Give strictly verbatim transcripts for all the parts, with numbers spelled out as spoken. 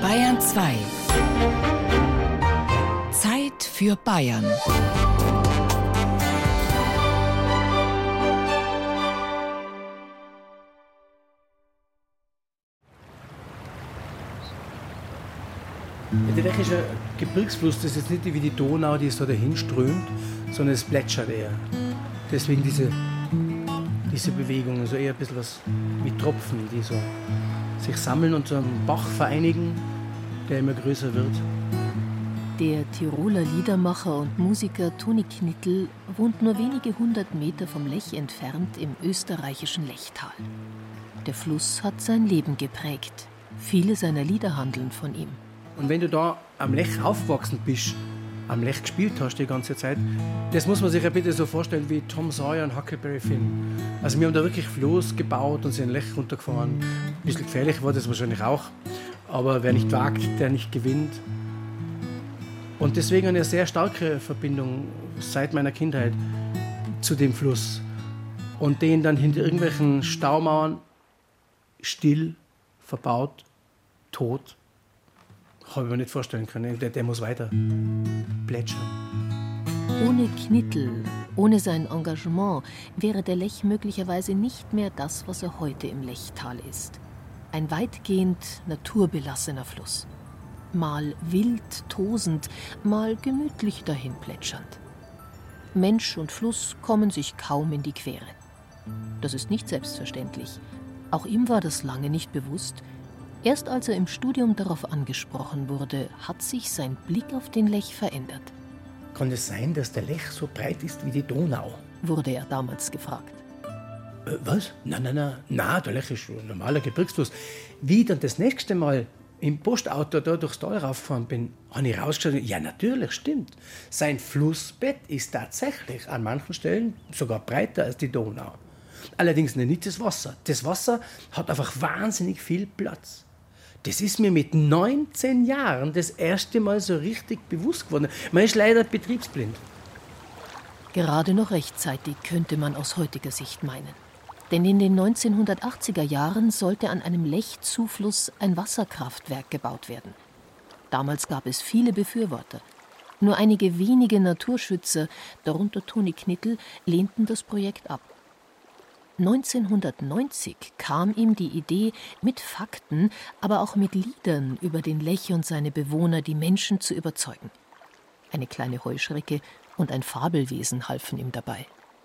Bayern zwei. Zeit für Bayern. Der Lech ist ein Gebirgsfluss, das ist jetzt nicht wie die Donau, die so dahin strömt, sondern es plätschert eher. Deswegen diese, diese Bewegung, also eher ein bisschen was wie Tropfen, die so sich sammeln und zu einem Bach vereinigen, der immer größer wird. Der Tiroler Liedermacher und Musiker Toni Knittel wohnt nur wenige hundert Meter vom Lech entfernt im österreichischen Lechtal. Der Fluss hat sein Leben geprägt. Viele seiner Lieder handeln von ihm. Und wenn du da am Lech aufgewachsen bist, am Lech gespielt hast die ganze Zeit, das muss man sich ja bitte so vorstellen wie Tom Sawyer und Huckleberry Finn. Also wir haben da wirklich Floß gebaut und sind in Lech runtergefahren. Ein bisschen gefährlich war das wahrscheinlich auch, aber wer nicht wagt, der nicht gewinnt. Und deswegen eine sehr starke Verbindung seit meiner Kindheit zu dem Fluss. Und den dann hinter irgendwelchen Staumauern still, verbaut, tot. Habe ich mir nicht vorstellen können. Der, der muss weiter plätschern. Ohne Knittel, ohne sein Engagement wäre der Lech möglicherweise nicht mehr das, was er heute im Lechtal ist. Ein weitgehend naturbelassener Fluss. Mal wild, tosend, mal gemütlich dahin plätschernd. Mensch und Fluss kommen sich kaum in die Quere. Das ist nicht selbstverständlich. Auch ihm war das lange nicht bewusst. Erst als er im Studium darauf angesprochen wurde, hat sich sein Blick auf den Lech verändert. Kann es sein, dass der Lech so breit ist wie die Donau? Wurde er damals gefragt. Äh, was? Nein, nein, nein. Nein, der Lech ist ein normaler Gebirgsfluss. Wie ich dann das nächste Mal im Postauto da durchs Tal raufgefahren bin, habe ich rausgeschaut, ja, natürlich, stimmt. Sein Flussbett ist tatsächlich an manchen Stellen sogar breiter als die Donau. Allerdings nicht das Wasser. Das Wasser hat einfach wahnsinnig viel Platz. Das ist mir mit neunzehn Jahren das erste Mal so richtig bewusst geworden. Man ist leider betriebsblind. Gerade noch rechtzeitig, könnte man aus heutiger Sicht meinen. Denn in den neunzehnhundertachtziger Jahren sollte an einem Lechzufluss ein Wasserkraftwerk gebaut werden. Damals gab es viele Befürworter. Nur einige wenige Naturschützer, darunter Toni Knittel, lehnten das Projekt ab. neunzehnhundertneunzig kam ihm die Idee, mit Fakten, aber auch mit Liedern über den Lech und seine Bewohner die Menschen zu überzeugen. Eine kleine Heuschrecke und ein Fabelwesen halfen ihm dabei.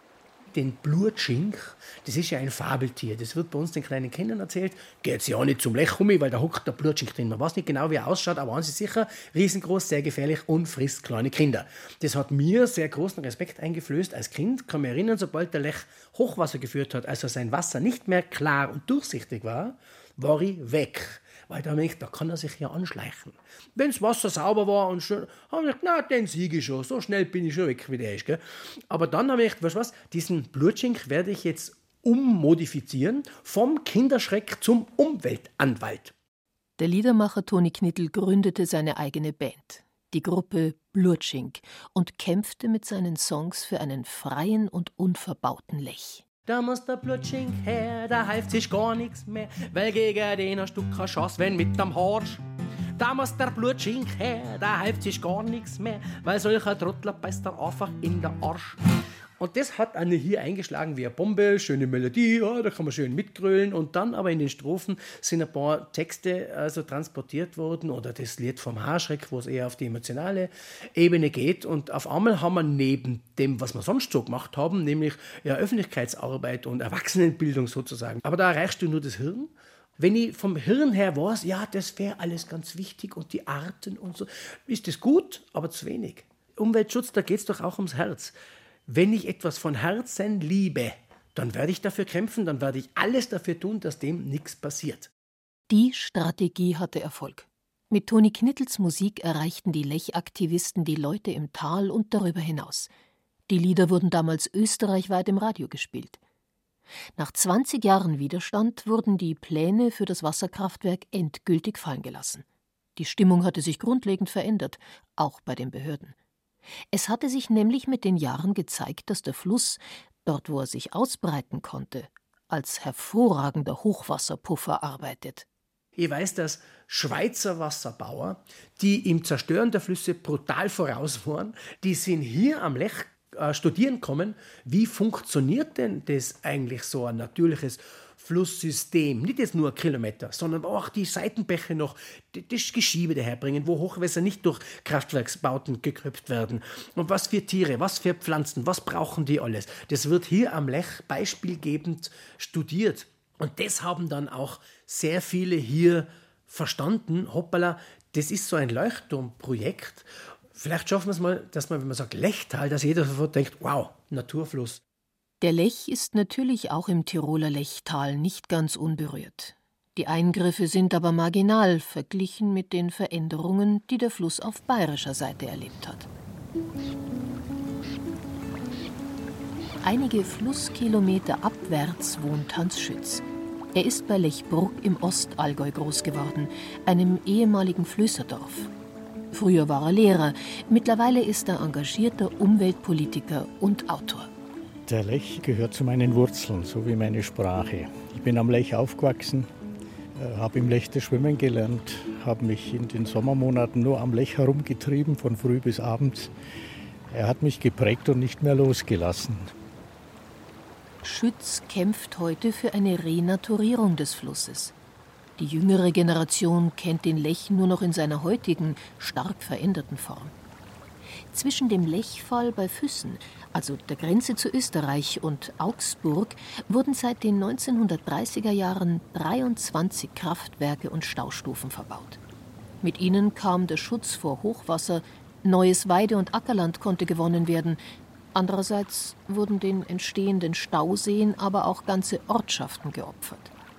Den Blutschink, das ist ja ein Fabeltier. Das wird bei uns den kleinen Kindern erzählt. Geht ja auch nicht zum Lech rum, weil da hockt der Blutschink drin. Man weiß nicht genau, wie er ausschaut, aber eins ist sicher, riesengroß, sehr gefährlich und frisst kleine Kinder. Das hat mir sehr großen Respekt eingeflößt. Als Kind kann ich mich erinnern, sobald der Lech Hochwasser geführt hat, also sein Wasser nicht mehr klar und durchsichtig war, war ich weg. Weil da habe ich gedacht, da kann er sich ja anschleichen. Wenn das Wasser sauber war und schön, habe ich gedacht, na, den siege ich schon. So schnell bin ich schon weg, wie der ist. Gell? Aber dann habe ich gedacht, weißt du was, diesen Blutschink werde ich jetzt ummodifizieren, vom Kinderschreck zum Umweltanwalt. Der Liedermacher Toni Knittel gründete seine eigene Band, die Gruppe Blutschink, und kämpfte mit seinen Songs für einen freien und unverbauten Lech. Da muss der Blutschink her, da hilft sich gar nichts mehr, weil gegen den hast du keine Chance, wenn mit am Horsch. Da muss der Blutschink her, da hilft sich gar nichts mehr, weil solcher Trottler beißt er einfach in der Arsch. Und das hat eine hier eingeschlagen wie eine Bombe, schöne Melodie, ja, da kann man schön mitgrölen. Und dann aber in den Strophen sind ein paar Texte also transportiert worden, oder das Lied vom Haarschreck, wo es eher auf die emotionale Ebene geht. Und auf einmal haben wir neben dem, was wir sonst so gemacht haben, nämlich ja, Öffentlichkeitsarbeit und Erwachsenenbildung sozusagen. Aber da erreichst du nur das Hirn. Wenn ich vom Hirn her weiß, ja, das wäre alles ganz wichtig und die Arten und so, ist das gut, aber zu wenig. Umweltschutz, da geht es doch auch ums Herz. Wenn ich etwas von Herzen liebe, dann werde ich dafür kämpfen, dann werde ich alles dafür tun, dass dem nichts passiert. Die Strategie hatte Erfolg. Mit Toni Knittels Musik erreichten die Lech-Aktivisten die Leute im Tal und darüber hinaus. Die Lieder wurden damals österreichweit im Radio gespielt. Nach zwanzig Jahren Widerstand wurden die Pläne für das Wasserkraftwerk endgültig fallen gelassen. Die Stimmung hatte sich grundlegend verändert, auch bei den Behörden. Es hatte sich nämlich mit den Jahren gezeigt, dass der Fluss, dort wo er sich ausbreiten konnte, als hervorragender Hochwasserpuffer arbeitet. Ich weiß, dass Schweizer Wasserbauer, die im Zerstören der Flüsse brutal voraus waren, die sind hier am Lech äh, studieren kommen, wie funktioniert denn das eigentlich so ein natürliches Flusssystem, nicht jetzt nur Kilometer, sondern auch die Seitenbäche noch, das Geschiebe daherbringen, wo Hochwässer nicht durch Kraftwerksbauten geköpft werden. Und was für Tiere, was für Pflanzen, was brauchen die alles? Das wird hier am Lech beispielgebend studiert. Und das haben dann auch sehr viele hier verstanden. Hoppala, das ist so ein Leuchtturmprojekt. Vielleicht schaffen wir es mal, dass man, wenn man sagt Lechtal, dass jeder sofort denkt, wow, Naturfluss. Der Lech ist natürlich auch im Tiroler Lechtal nicht ganz unberührt. Die Eingriffe sind aber marginal verglichen mit den Veränderungen, die der Fluss auf bayerischer Seite erlebt hat. Einige Flusskilometer abwärts wohnt Hans Schütz. Er ist bei Lechbruck im Ostallgäu groß geworden, einem ehemaligen Flößerdorf. Früher war er Lehrer, mittlerweile ist er engagierter Umweltpolitiker und Autor. Der Lech gehört zu meinen Wurzeln, so wie meine Sprache. Ich bin am Lech aufgewachsen, habe im Lech das Schwimmen gelernt, habe mich in den Sommermonaten nur am Lech herumgetrieben, von früh bis abends. Er hat mich geprägt und nicht mehr losgelassen. Schütz kämpft heute für eine Renaturierung des Flusses. Die jüngere Generation kennt den Lech nur noch in seiner heutigen, stark veränderten Form. Zwischen dem Lechfall bei Füssen, also der Grenze zu Österreich, und Augsburg wurden seit den neunzehnhundertdreißiger Jahren dreiundzwanzig Kraftwerke und Staustufen verbaut. Mit ihnen kam der Schutz vor Hochwasser, neues Weide- und Ackerland konnte gewonnen werden. Andererseits wurden den entstehenden Stauseen aber auch ganze Ortschaften geopfert.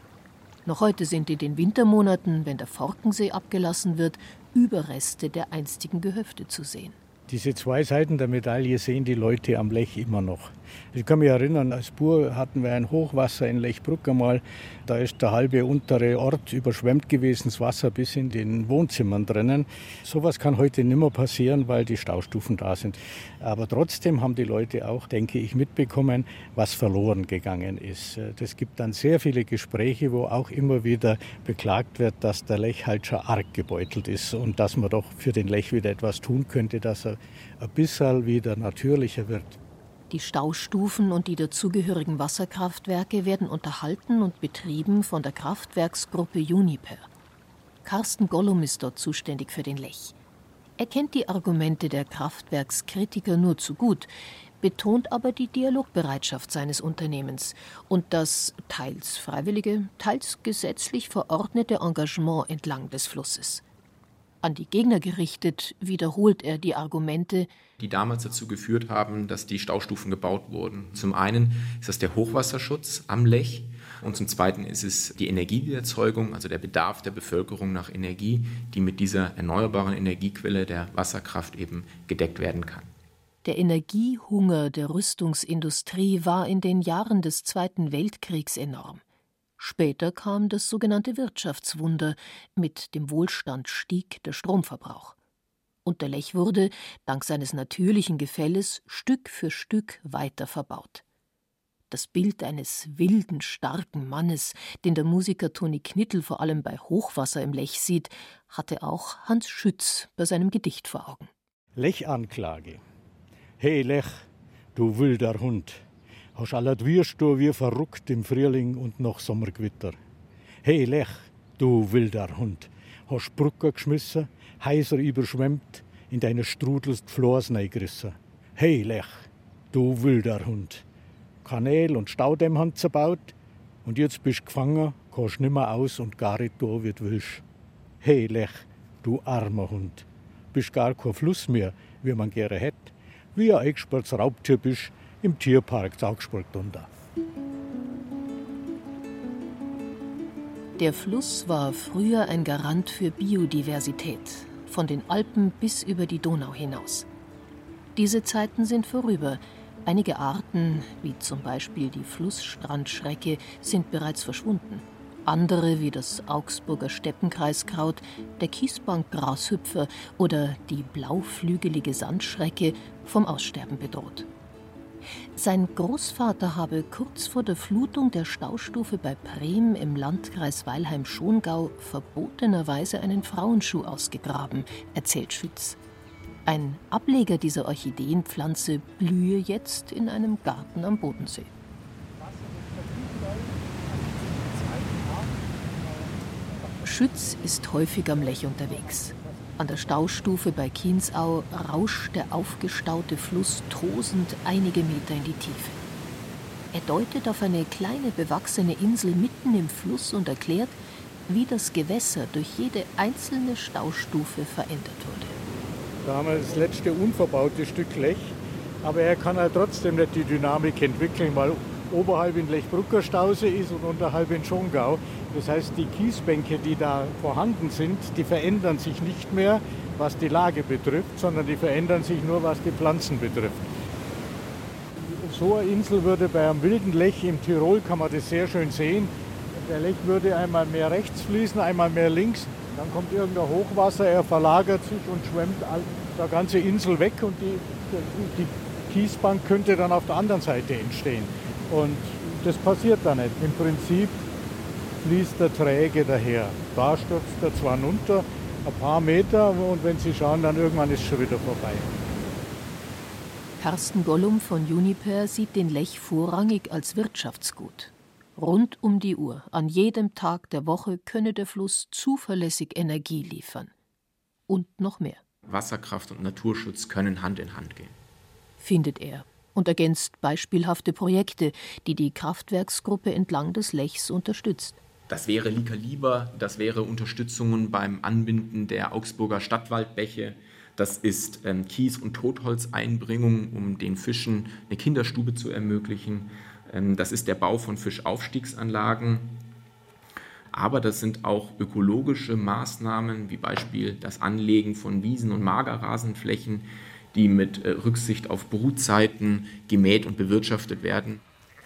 Noch heute sind in den Wintermonaten, wenn der Forkensee abgelassen wird, Überreste der einstigen Gehöfte zu sehen. Diese zwei Seiten der Medaille sehen die Leute am Lech immer noch. Ich kann mich erinnern, als Bub hatten wir ein Hochwasser in Lechbruck einmal. Da ist der halbe untere Ort überschwemmt gewesen, das Wasser bis in den Wohnzimmern drinnen. Sowas kann heute nicht mehr passieren, weil die Staustufen da sind. Aber trotzdem haben die Leute auch, denke ich, mitbekommen, was verloren gegangen ist. Es gibt dann sehr viele Gespräche, wo auch immer wieder beklagt wird, dass der Lech halt schon arg gebeutelt ist und dass man doch für den Lech wieder etwas tun könnte, dass er ein bisschen wieder natürlicher wird. Die Staustufen und die dazugehörigen Wasserkraftwerke werden unterhalten und betrieben von der Kraftwerksgruppe Uniper. Carsten Gollum ist dort zuständig für den Lech. Er kennt die Argumente der Kraftwerkskritiker nur zu gut, betont aber die Dialogbereitschaft seines Unternehmens und das teils freiwillige, teils gesetzlich verordnete Engagement entlang des Flusses. An die Gegner gerichtet wiederholt er die Argumente, die damals dazu geführt haben, dass die Staustufen gebaut wurden. Zum einen ist das der Hochwasserschutz am Lech und zum zweiten ist es die Energieerzeugung, also der Bedarf der Bevölkerung nach Energie, die mit dieser erneuerbaren Energiequelle der Wasserkraft eben gedeckt werden kann. Der Energiehunger der Rüstungsindustrie war in den Jahren des Zweiten Weltkriegs enorm. Später kam das sogenannte Wirtschaftswunder, mit dem Wohlstand stieg der Stromverbrauch. Und der Lech wurde, dank seines natürlichen Gefälles, Stück für Stück weiter verbaut. Das Bild eines wilden, starken Mannes, den der Musiker Toni Knittel vor allem bei Hochwasser im Lech sieht, hatte auch Hans Schütz bei seinem Gedicht vor Augen. Lech-Anklage. Hey Lech, du wilder Hund, hast aller wirst du wie verrückt im Frühling und noch Sommergewitter. Hey Lech, du wilder Hund, hast Brücker geschmissen, Häuser überschwemmt, in deine Strudelst Flors neigerissen. Hey Lech, du wilder Hund, Kanäle und Staudämm haben zerbaut und jetzt bist gefangen, kannst nimmer aus und gar nicht da, wie du willst. Hey Lech, du armer Hund, bist gar kein Fluss mehr, wie man gerne hätte, wie ein eingesperrtes Raubtier bist, im Tierpark Augsburg drunter. Der Fluss war früher ein Garant für Biodiversität, von den Alpen bis über die Donau hinaus. Diese Zeiten sind vorüber. Einige Arten, wie zum Beispiel die Flussstrandschrecke, sind bereits verschwunden. Andere, wie das Augsburger Steppenkreiskraut, der Kiesbankgrashüpfer oder die blauflügelige Sandschrecke, vom Aussterben bedroht. Sein Großvater habe kurz vor der Flutung der Staustufe bei Prehm im Landkreis Weilheim-Schongau verbotenerweise einen Frauenschuh ausgegraben, erzählt Schütz. Ein Ableger dieser Orchideenpflanze blühe jetzt in einem Garten am Bodensee. Schütz ist häufig am Lech unterwegs. An der Staustufe bei Kienzau rauscht der aufgestaute Fluss tosend einige Meter in die Tiefe. Er deutet auf eine kleine bewachsene Insel mitten im Fluss und erklärt, wie das Gewässer durch jede einzelne Staustufe verändert wurde. Da haben wir das letzte unverbaute Stück Lech, aber er kann ja trotzdem nicht die Dynamik entwickeln, weil oberhalb in Lechbrucker Stausee ist und unterhalb in Schongau. Das heißt, die Kiesbänke, die da vorhanden sind, die verändern sich nicht mehr, was die Lage betrifft, sondern die verändern sich nur, was die Pflanzen betrifft. So eine Insel würde bei einem wilden Lech im Tirol, kann man das sehr schön sehen. Der Lech würde einmal mehr rechts fließen, einmal mehr links. Dann kommt irgendein Hochwasser, er verlagert sich und schwemmt die ganze Insel weg und die, die Kiesbank könnte dann auf der anderen Seite entstehen. Und das passiert da nicht. Im Prinzip fließt er träge daher. Da stürzt er zwar runter, ein paar Meter, und wenn Sie schauen, dann irgendwann ist es schon wieder vorbei. Carsten Gollum von Uniper sieht den Lech vorrangig als Wirtschaftsgut. Rund um die Uhr, an jedem Tag der Woche könne der Fluss zuverlässig Energie liefern. Und noch mehr. Wasserkraft und Naturschutz können Hand in Hand gehen. Findet er und ergänzt beispielhafte Projekte, die die Kraftwerksgruppe entlang des Lechs unterstützt. Das wäre Lika Lieber, das wäre Unterstützungen beim Anbinden der Augsburger Stadtwaldbäche. Das ist ähm, Kies- und Totholzeinbringung, um den Fischen eine Kinderstube zu ermöglichen. Ähm, das ist der Bau von Fischaufstiegsanlagen. Aber das sind auch ökologische Maßnahmen, wie Beispiel das Anlegen von Wiesen- und Magerrasenflächen, die mit äh, Rücksicht auf Brutzeiten gemäht und bewirtschaftet werden.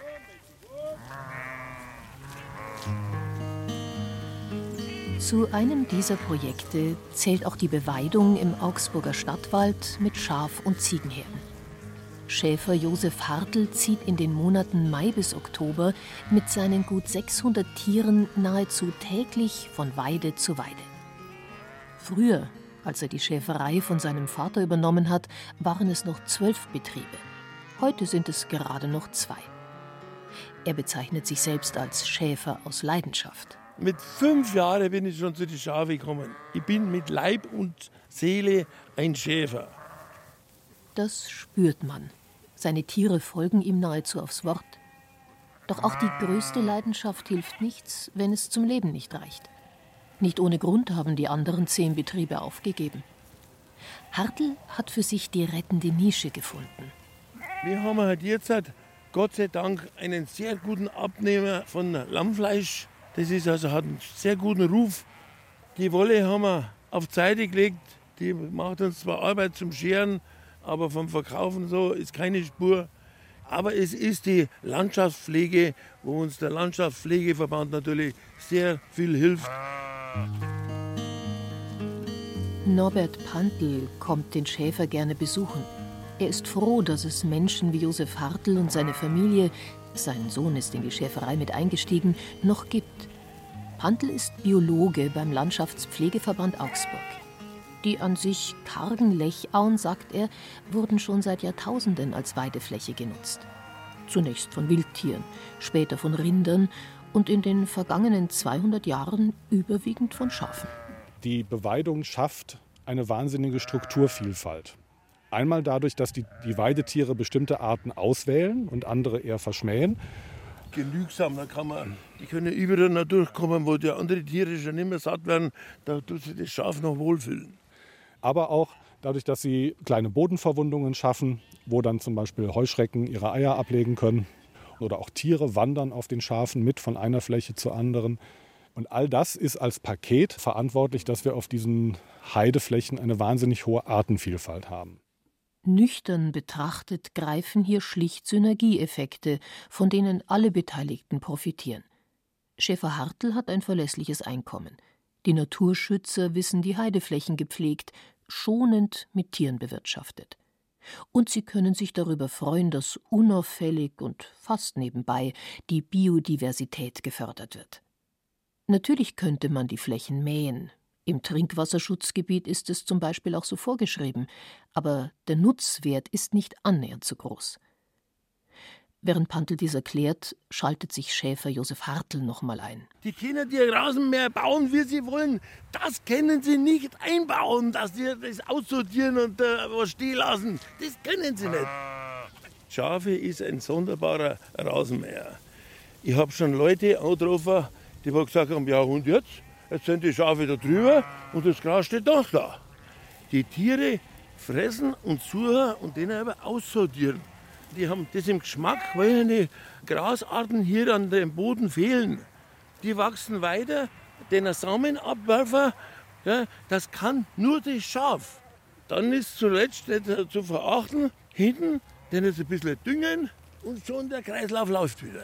Zu einem dieser Projekte zählt auch die Beweidung im Augsburger Stadtwald mit Schaf- und Ziegenherden. Schäfer Josef Hartl zieht in den Monaten Mai bis Oktober mit seinen gut sechshundert Tieren nahezu täglich von Weide zu Weide. Früher, als er die Schäferei von seinem Vater übernommen hat, waren es noch zwölf Betriebe. Heute sind es gerade noch zwei. Er bezeichnet sich selbst als Schäfer aus Leidenschaft. Mit fünf Jahren bin ich schon zu den Schafen gekommen. Ich bin mit Leib und Seele ein Schäfer. Das spürt man. Seine Tiere folgen ihm nahezu aufs Wort. Doch auch die größte Leidenschaft hilft nichts, wenn es zum Leben nicht reicht. Nicht ohne Grund haben die anderen zehn Betriebe aufgegeben. Hartl hat für sich die rettende Nische gefunden. Wir haben halt jetzt, Gott sei Dank, einen sehr guten Abnehmer von Lammfleisch. Das ist also, hat einen sehr guten Ruf. Die Wolle haben wir auf die Seite gelegt. Die macht uns zwar Arbeit zum Scheren, aber vom Verkaufen so ist keine Spur. Aber es ist die Landschaftspflege, wo uns der Landschaftspflegeverband natürlich sehr viel hilft. Norbert Pantl kommt den Schäfer gerne besuchen. Er ist froh, dass es Menschen wie Josef Hartl und seine Familie, sein Sohn ist in die Schäferei mit eingestiegen, noch gibt. Pantl ist Biologe beim Landschaftspflegeverband Augsburg. Die an sich kargen Lechauen, sagt er, wurden schon seit Jahrtausenden als Weidefläche genutzt. Zunächst von Wildtieren, später von Rindern und in den vergangenen zweihundert Jahren überwiegend von Schafen. Die Beweidung schafft eine wahnsinnige Strukturvielfalt. Einmal dadurch, dass die, die Weidetiere bestimmte Arten auswählen und andere eher verschmähen. Genügsam, da kann man, die können überall durchkommen, wo die anderen Tiere schon nicht mehr satt werden, da tut sich das Schaf noch wohlfühlen. Aber auch dadurch, dass sie kleine Bodenverwundungen schaffen, wo dann zum Beispiel Heuschrecken ihre Eier ablegen können. Oder auch Tiere wandern auf den Schafen mit von einer Fläche zur anderen. Und all das ist als Paket verantwortlich, dass wir auf diesen Heideflächen eine wahnsinnig hohe Artenvielfalt haben. Nüchtern betrachtet greifen hier schlicht Synergieeffekte, von denen alle Beteiligten profitieren. Schäfer Hartl hat ein verlässliches Einkommen. Die Naturschützer wissen die Heideflächen gepflegt, schonend mit Tieren bewirtschaftet. Und sie können sich darüber freuen, dass unauffällig und fast nebenbei die Biodiversität gefördert wird. Natürlich könnte man die Flächen mähen. Im Trinkwasserschutzgebiet ist es zum Beispiel auch so vorgeschrieben, aber der Nutzwert ist nicht annähernd so groß. Während Pantl dies erklärt, schaltet sich Schäfer Josef Hartl noch mal ein. Die Kinder, die Rasenmäher bauen, wie sie wollen, das können sie nicht einbauen, dass sie das aussortieren und äh, was stehen lassen. Das können sie nicht. Schafe ist ein sonderbarer Rasenmäher. Ich habe schon Leute angetroffen, die gesagt haben, ja und jetzt? Jetzt sind die Schafe da drüber und das Gras steht doch da. Die Tiere fressen und suchen und den aber aussortieren. Die haben das im Geschmack, weil eine Grasarten hier an dem Boden fehlen. Die wachsen weiter, den Samen abwerfen, ja, das kann nur das Schaf. Dann ist zuletzt nicht zu verachten, hinten, den jetzt ein bisschen düngen und schon der Kreislauf läuft wieder.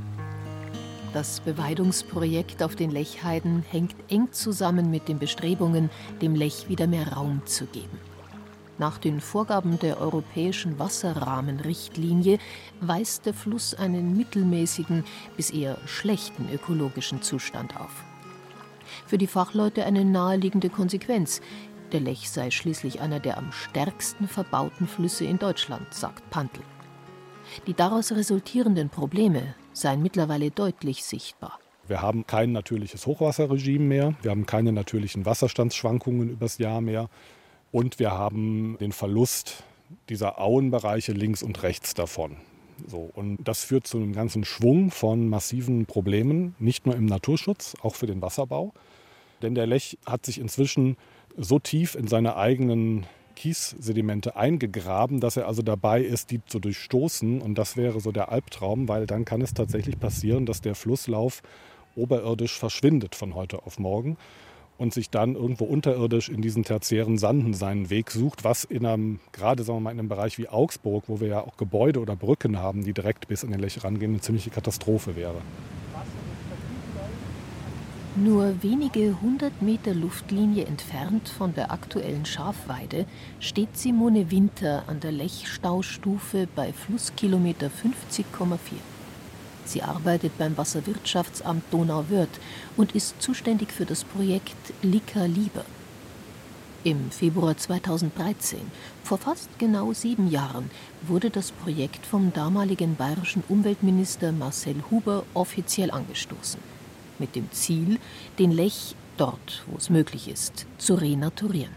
Das Beweidungsprojekt auf den Lechheiden hängt eng zusammen mit den Bestrebungen, dem Lech wieder mehr Raum zu geben. Nach den Vorgaben der Europäischen Wasserrahmenrichtlinie weist der Fluss einen mittelmäßigen bis eher schlechten ökologischen Zustand auf. Für die Fachleute eine naheliegende Konsequenz. Der Lech sei schließlich einer der am stärksten verbauten Flüsse in Deutschland, sagt Pantl. Die daraus resultierenden Probleme seien mittlerweile deutlich sichtbar. Wir haben kein natürliches Hochwasserregime mehr, wir haben keine natürlichen Wasserstandsschwankungen übers Jahr mehr. Und wir haben den Verlust dieser Auenbereiche links und rechts davon. So, und das führt zu einem ganzen Schwung von massiven Problemen, nicht nur im Naturschutz, auch für den Wasserbau. Denn der Lech hat sich inzwischen so tief in seine eigenen Kiessedimente eingegraben, dass er also dabei ist, die zu durchstoßen. Und das wäre so der Albtraum, weil dann kann es tatsächlich passieren, dass der Flusslauf oberirdisch verschwindet von heute auf morgen und sich dann irgendwo unterirdisch in diesen tertiären Sanden seinen Weg sucht, was in einem, gerade sagen wir mal in einem Bereich wie Augsburg, wo wir ja auch Gebäude oder Brücken haben, die direkt bis in den Lech rangehen, eine ziemliche Katastrophe wäre. Nur wenige hundert Meter Luftlinie entfernt von der aktuellen Schafweide steht Simone Winter an der Lechstaustufe bei Flusskilometer fünfzig Komma vier. Sie arbeitet beim Wasserwirtschaftsamt Donauwörth und ist zuständig für das Projekt Lika Lieber. Im Februar zweitausenddreizehn, vor fast genau sieben Jahren, wurde das Projekt vom damaligen bayerischen Umweltminister Marcel Huber offiziell angestoßen. Mit dem Ziel, den Lech dort, wo es möglich ist, zu renaturieren.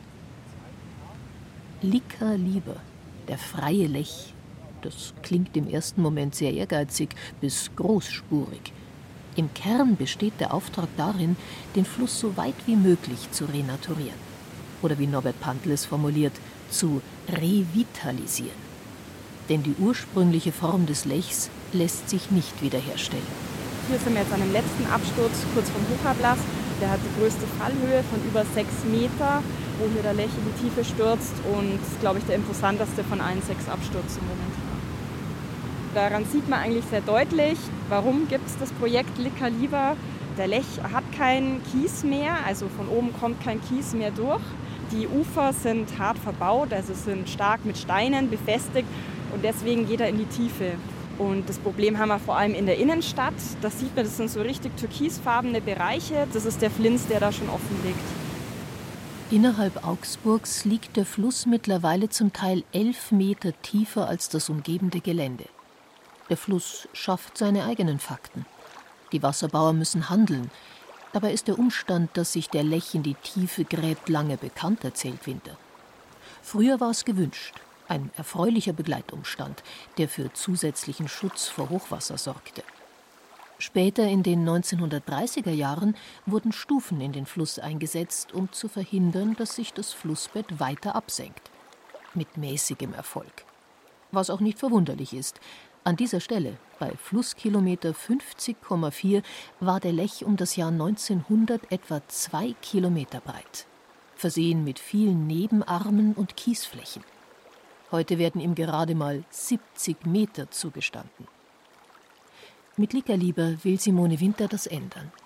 Lika Lieber, der freie Lech. Das klingt im ersten Moment sehr ehrgeizig bis großspurig. Im Kern besteht der Auftrag darin, den Fluss so weit wie möglich zu renaturieren. Oder wie Norbert Pantl es formuliert, zu revitalisieren. Denn die ursprüngliche Form des Lechs lässt sich nicht wiederherstellen. Hier sind wir jetzt an dem letzten Absturz, kurz vom Hochhablass. Der hat die größte Fallhöhe von über sechs Meter, wo hier der Lech in die Tiefe stürzt. Und das ist, glaube ich, der imposanteste von allen sechs Abstürzen momentan. Daran sieht man eigentlich sehr deutlich, warum gibt es das Projekt Lika Lieber. Der Lech hat keinen Kies mehr, also von oben kommt kein Kies mehr durch. Die Ufer sind hart verbaut, also sind stark mit Steinen befestigt und deswegen geht er in die Tiefe. Und das Problem haben wir vor allem in der Innenstadt. Da sieht man, das sind so richtig türkisfarbene Bereiche. Das ist der Flins, der da schon offen liegt. Innerhalb Augsburgs liegt der Fluss mittlerweile zum Teil elf Meter tiefer als das umgebende Gelände. Der Fluss schafft seine eigenen Fakten. Die Wasserbauer müssen handeln. Dabei ist der Umstand, dass sich der Lech in die Tiefe gräbt, lange bekannt, erzählt Winter. Früher war es gewünscht. Ein erfreulicher Begleitumstand, der für zusätzlichen Schutz vor Hochwasser sorgte. Später in den neunzehnhundertdreißiger Jahren wurden Stufen in den Fluss eingesetzt, um zu verhindern, dass sich das Flussbett weiter absenkt. Mit mäßigem Erfolg. Was auch nicht verwunderlich ist. An dieser Stelle, bei Flusskilometer fünfzig Komma vier, war der Lech um das Jahr neunzehnhundert etwa zwei Kilometer breit. Versehen mit vielen Nebenarmen und Kiesflächen. Heute werden ihm gerade mal siebzig Meter zugestanden. Mit Lika Lieber will Simone Winter das ändern.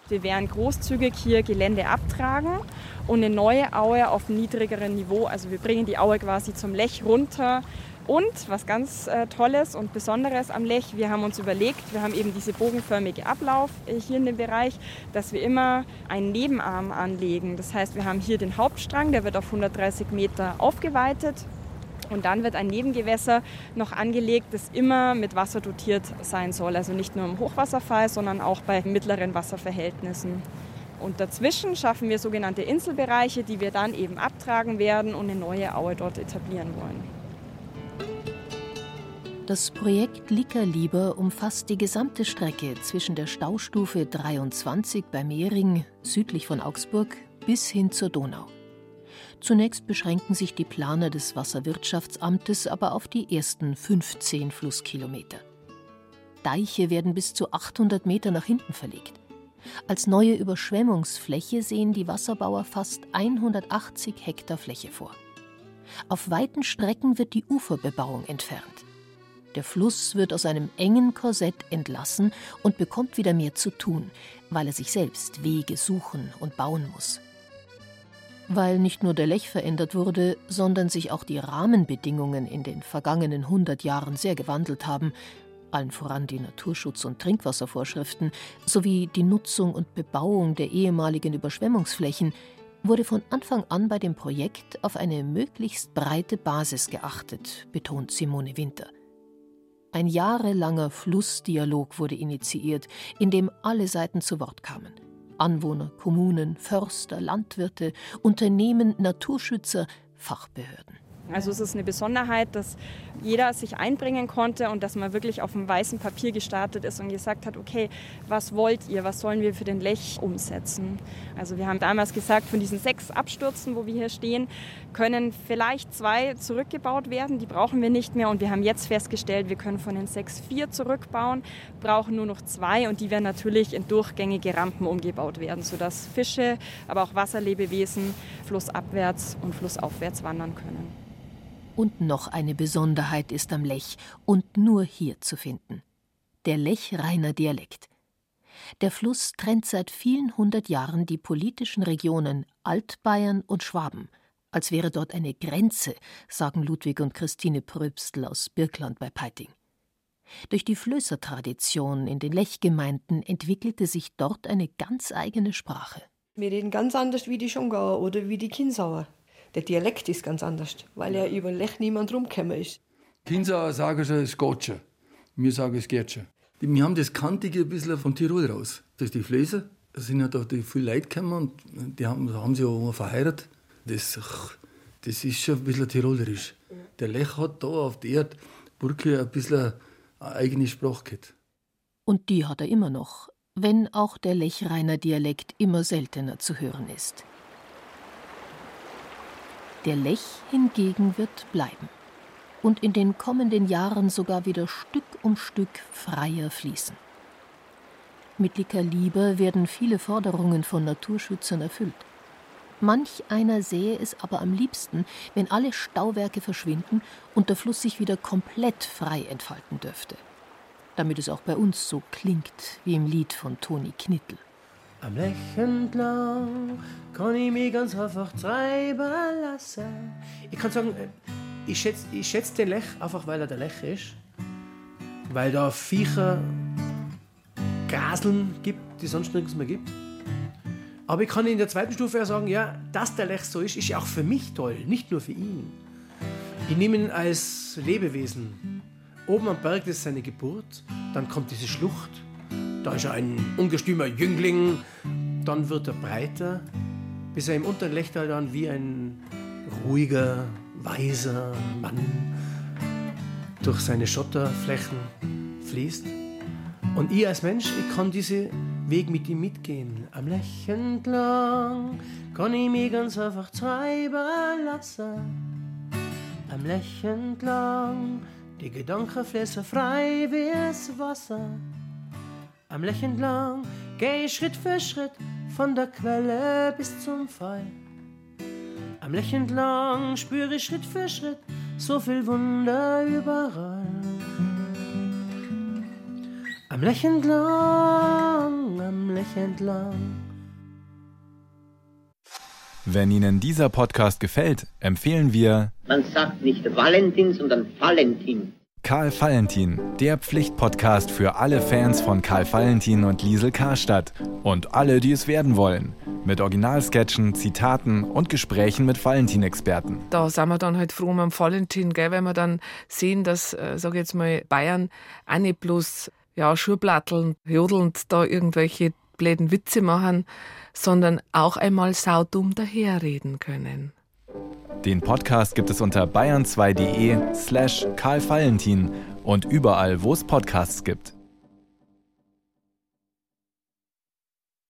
Wir werden großzügig hier Gelände abtragen und eine neue Aue auf einem niedrigeren Niveau. Also wir bringen die Aue quasi zum Lech runter. Und was ganz äh, Tolles und Besonderes am Lech, wir haben uns überlegt, wir haben eben diese bogenförmige Ablauf äh, hier in dem Bereich, dass wir immer einen Nebenarm anlegen. Das heißt, wir haben hier den Hauptstrang, der wird auf hundertdreißig Meter aufgeweitet. Und dann wird ein Nebengewässer noch angelegt, das immer mit Wasser dotiert sein soll. Also nicht nur im Hochwasserfall, sondern auch bei mittleren Wasserverhältnissen. Und dazwischen schaffen wir sogenannte Inselbereiche, die wir dann eben abtragen werden und eine neue Aue dort etablieren wollen. Das Projekt Lickerlieber umfasst die gesamte Strecke zwischen der Staustufe dreiundzwanzig bei Mehring, südlich von Augsburg, bis hin zur Donau. Zunächst beschränken sich die Planer des Wasserwirtschaftsamtes aber auf die ersten fünfzehn Flusskilometer. Deiche werden bis zu achthundert Meter nach hinten verlegt. Als neue Überschwemmungsfläche sehen die Wasserbauer fast hundertachtzig Hektar Fläche vor. Auf weiten Strecken wird die Uferbebauung entfernt. Der Fluss wird aus einem engen Korsett entlassen und bekommt wieder mehr zu tun, weil er sich selbst Wege suchen und bauen muss. Weil nicht nur der Lech verändert wurde, sondern sich auch die Rahmenbedingungen in den vergangenen hundert Jahren sehr gewandelt haben, allen voran die Naturschutz- und Trinkwasservorschriften sowie die Nutzung und Bebauung der ehemaligen Überschwemmungsflächen, wurde von Anfang an bei dem Projekt auf eine möglichst breite Basis geachtet, betont Simone Winter. Ein jahrelanger Flussdialog wurde initiiert, in dem alle Seiten zu Wort kamen. Anwohner, Kommunen, Förster, Landwirte, Unternehmen, Naturschützer, Fachbehörden. Also es ist eine Besonderheit, dass jeder sich einbringen konnte und dass man wirklich auf dem weißen Papier gestartet ist und gesagt hat, okay, was wollt ihr, was sollen wir für den Lech umsetzen? Also wir haben damals gesagt, von diesen sechs Abstürzen, wo wir hier stehen, können vielleicht zwei zurückgebaut werden, die brauchen wir nicht mehr. Und wir haben jetzt festgestellt, wir können von den sechs vier zurückbauen, brauchen nur noch zwei und die werden natürlich in durchgängige Rampen umgebaut werden, sodass Fische, aber auch Wasserlebewesen flussabwärts und flussaufwärts wandern können. Und noch eine Besonderheit ist am Lech und nur hier zu finden: der Lechrainer Dialekt. Der Fluss trennt seit vielen hundert Jahren die politischen Regionen Altbayern und Schwaben, als wäre dort eine Grenze, sagen Ludwig und Christine Pröbstl aus Birkland bei Peiting. Durch die Flößertradition in den Lechgemeinden entwickelte sich dort eine ganz eigene Sprache. Wir reden ganz anders wie die Schongauer oder wie die Kinsauer. Der Dialekt ist ganz anders, weil ja über Lech niemand rumgekommen ist. Kinsauer sagen schon, es geht schon. Wir sagen, es geht schon. Wir haben das Kantige ein bisschen von Tirol raus. Durch die Flößer sind ja da viele Leute gekommen und die haben, haben sich auch verheiratet. Das, das ist schon ein bisschen tirolerisch. Der Lech hat da auf der Erde wirklich ein bisschen eine eigene Sprache gehabt. Und die hat er immer noch, wenn auch der Lechrainer Dialekt immer seltener zu hören ist. Der Lech hingegen wird bleiben und in den kommenden Jahren sogar wieder Stück um Stück freier fließen. Mit Lickerlieber werden viele Forderungen von Naturschützern erfüllt. Manch einer sähe es aber am liebsten, wenn alle Stauwerke verschwinden und der Fluss sich wieder komplett frei entfalten dürfte. Damit es auch bei uns so klingt wie im Lied von Toni Knittel. Am Lech entlang kann ich mich ganz einfach treiben lassen. Ich kann sagen, ich schätze ich schätz den Lech einfach, weil er der Lech ist. Weil da Viecher, Gaseln gibt, die sonst nirgends mehr gibt. Aber ich kann in der zweiten Stufe ja sagen, ja, dass der Lech so ist, ist ja auch für mich toll, nicht nur für ihn. Ich nehme ihn als Lebewesen. Oben am Berg, das ist seine Geburt, dann kommt diese Schlucht. Da ist er ein ungestümer Jüngling, dann wird er breiter, bis er im unteren Lechtal dann wie ein ruhiger, weiser Mann durch seine Schotterflächen fließt. Und ich als Mensch, ich kann diesen Weg mit ihm mitgehen. Am Lech entlang kann ich mich ganz einfach treiben lassen. Am Lech entlang, die Gedanken fließen frei wie das Wasser. Am Lech entlang geh ich Schritt für Schritt von der Quelle bis zum Fall. Am Lech entlang spüre ich Schritt für Schritt so viel Wunder überall. Am Lech entlang, am Lech entlang. Wenn Ihnen dieser Podcast gefällt, empfehlen wir... Man sagt nicht Valentin, sondern Valentin. Karl Valentin, der Pflichtpodcast für alle Fans von Karl Valentin und Liesl Karstadt und alle, die es werden wollen. Mit Originalsketchen, Zitaten und Gesprächen mit Valentin-Experten. Da sind wir dann halt froh um am Valentin, gell, weil wir dann sehen, dass, äh, sag ich jetzt mal, Bayern auch nicht bloß ja, Schuhplatteln, jodelnd da irgendwelche bläden Witze machen, sondern auch einmal saudumm daherreden können. Den Podcast gibt es unter bayern zwei punkt de slash Karl Valentin und überall, wo es Podcasts gibt.